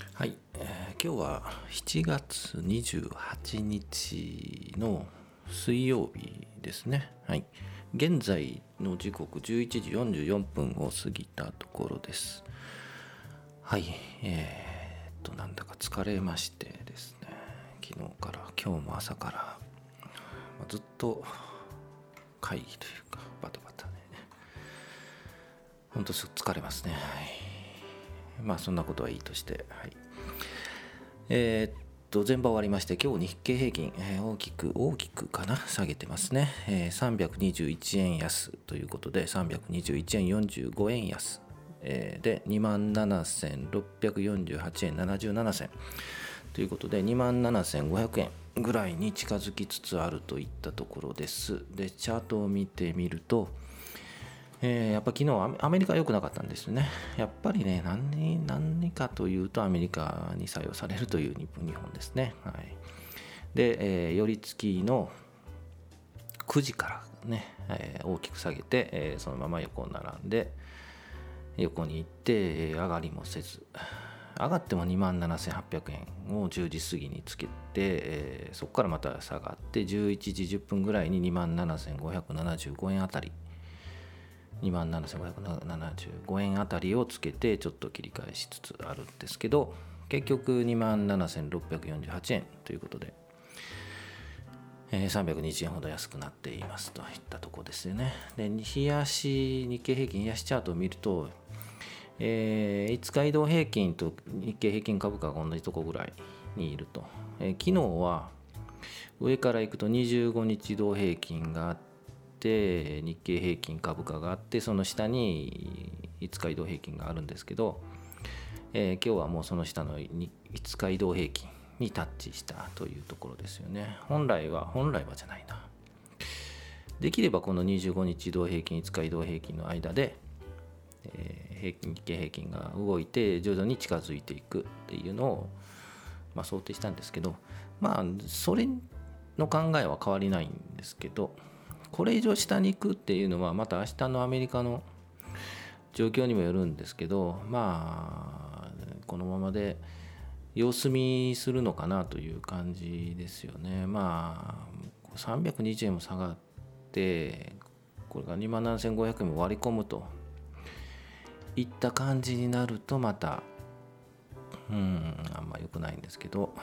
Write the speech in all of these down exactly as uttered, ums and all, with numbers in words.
はい、えー今日はしちがつにじゅうはちにちの水曜日ですね。はい、現在の時刻じゅういちじよんじゅうよんぷんを過ぎたところです。はい、えー、っとなんだか疲れましてですね、昨日から今日も朝から、まあ、ずっと会議というかバタバタね、本当疲れますね。はい、まあそんなことはいいとして、はい、えーっと前場終わりまして、今日日経平均、えー大きく大きくかな下げてますね、えーさんびゃくにじゅういちえん安ということでさんびゃくにじゅういちえんよんじゅうごえん安、えーで にまんななせんろっぴゃくよんじゅうはちえんななじゅうななせんということで にまんななせんごひゃくえんぐらいに近づきつつあるといったところです。でチャートを見てみると、えーやっぱ昨日アメリカ良くなかったんですよね。やっぱりね、何何かというとアメリカに採用されるという日本日本ですね。はい、で、えー寄り付きのくじからね、えー大きく下げて、えーそのまま横に並んで横に行って、えー上がりもせず、上がっても にまんななせんはっぴゃくえんをじゅうじ過ぎにつけて、えーそこからまた下がってじゅういちじじゅっぷんぐらいに にまんななせんごひゃくななじゅうごえんあたりにまんななせんごひゃくななじゅうごえんあたりをつけてちょっと切り返しつつあるんですけど、結局 にまんななせんろっぴゃくよんじゅうはちえんということで、えーさんびゃくにじゅうえんほど安くなっていますといったところですよね。で、日足、日経平均日足チャートを見ると、えーいつか移動平均と日経平均株価が同じところぐらいにいると、えー昨日は上からいくとにじゅうごにち移動平均があって、日経平均株価があって、その下にいつか移動平均があるんですけど、えー今日はもうその下のいつか移動平均にタッチしたというところですよね。本来は本来はじゃないな、できればこのにじゅうごにち移動平均いつか移動平均の間で、えー平均日経平均が動いて徐々に近づいていくっていうのを、まあ、想定したんですけど、まあそれの考えは変わりないんですけど、これ以上下に行くっていうのはまた明日のアメリカの状況にもよるんですけど、まあこのままで様子見するのかなという感じですよね。まあさんびゃくにじゅうえんも下がって、これが にまんななせんごひゃくえんも割り込むといった感じになると、またうんあんま良くないんですけど、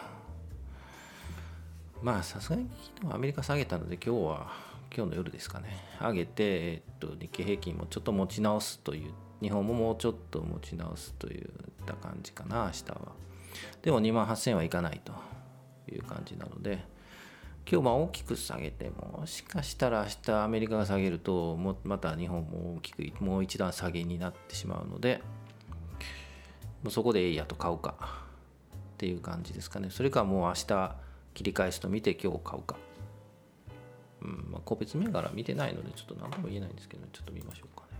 まあさすがに昨日アメリカ下げたので、今日は今日の夜ですかね、上げて、えっと、日経平均もちょっと持ち直すという、日本ももうちょっと持ち直すといった感じかな。明日はでもにまんはっせんはいかないという感じなので、今日まあ大きく下げて、もしかしたら明日アメリカが下げるともまた日本も大きくもう一段下げになってしまうので、もうそこでえいやと買うかっていう感じですかね。それかもう明日切り返すと見て今日買うか、うんまあ、個別銘柄見てないのでちょっと何とも言えないんですけど、ね、ちょっと見ましょうかね。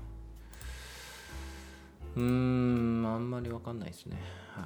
うーんあんまり分かんないですね。はい、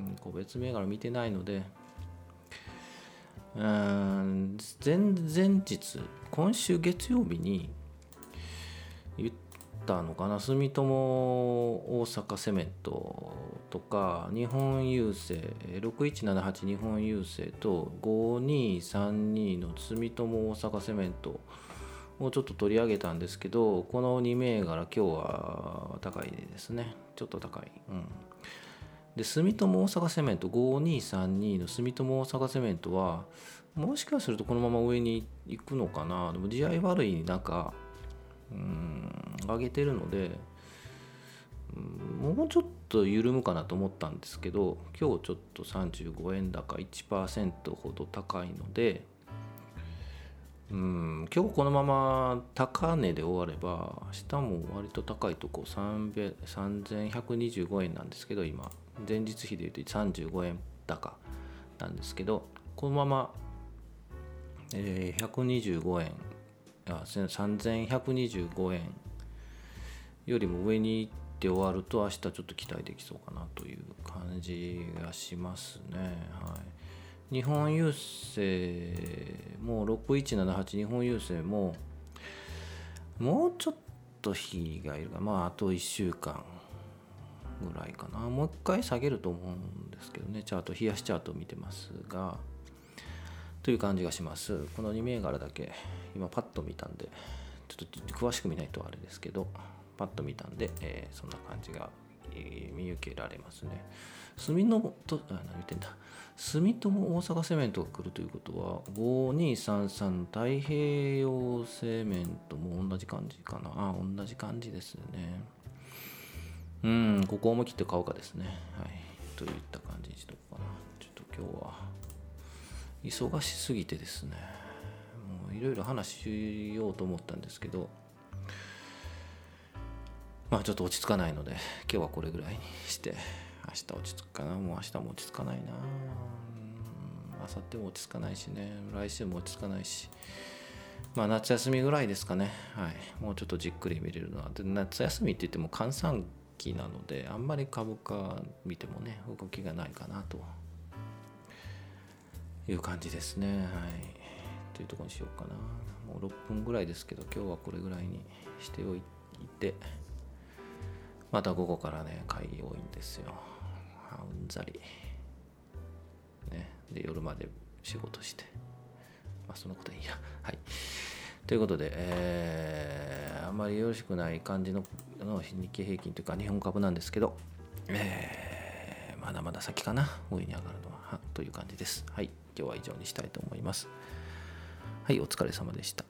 うん、個別銘柄見てないので、うーん前々日今週月曜日に言ったのかな、住友大阪セメントとか日本郵政ろくいちななはち日本郵政とごにさんにの住友大阪セメントをちょっと取り上げたんですけど、このに銘柄今日は高いですね。ちょっと高い、うん、で住友大阪セメントごにさんにの住友大阪セメントはもしかするとこのまま上に行くのかな。でも地合い悪い中うん上げてるので、もうちょっと緩むかなと思ったんですけど、今日ちょっとさんじゅうごえん高 いちパーセント ほど高いので、うん今日このまま高値で終われば明日も割と高いとこさんぜんひゃくにじゅうごえんなんですけど、今前日比でいうとさんじゅうごえん高なんですけど、このまま、えー、ひゃくにじゅうごえんあさんぜんひゃくにじゅうごえんよりも上に行って終わると明日ちょっと期待できそうかなという感じがしますね。はい、日本郵政もろくいちななはち日本郵政ももうちょっと日がいるが、まああといっしゅうかんぐらいかな。もう一回下げると思うんですけどね、チャート、冷やしチャートを見てますが、という感じがします。このに銘柄だけ今パッと見たんで、ちょっと詳しく見ないとあれですけど、パッと見たんで、えー、そんな感じが、えー、見受けられますね。住友と、あ、何言ってんだ。住友大阪セメントが来るということは、ごにさんさん太平洋セメントも同じ感じかな。あ、同じ感じですね。うん、ここ思い切って買うかですね。はい。といった感じにしとこうかな。ちょっと今日は忙しすぎてですね、もういろいろ話しようと思ったんですけど、まあちょっと落ち着かないので、今日はこれぐらいにして、明日落ち着くかな。もう明日も落ち着かないな。明後日も落ち着かないしね、来週も落ち着かないし、まあ夏休みぐらいですかね。はい。もうちょっとじっくり見れるのは。で、夏休みって言っても閑散期なので、あんまり株価見てもね、動きがないかなという感じですね。はい。というところにしようかな。もうろっぷんぐらいですけど、今日はこれぐらいにしておいて、また午後からね、会議多いんですよ。うんざり。ね。で、夜まで仕事して。まあ、そのことはいいや。はい。ということで、えー、あんまりよろしくない感じのの日経平均というか日本株なんですけど、えー、まだまだ先かな、上に上がるのはという感じです。はい。今日は以上にしたいと思います。はい。お疲れ様でした。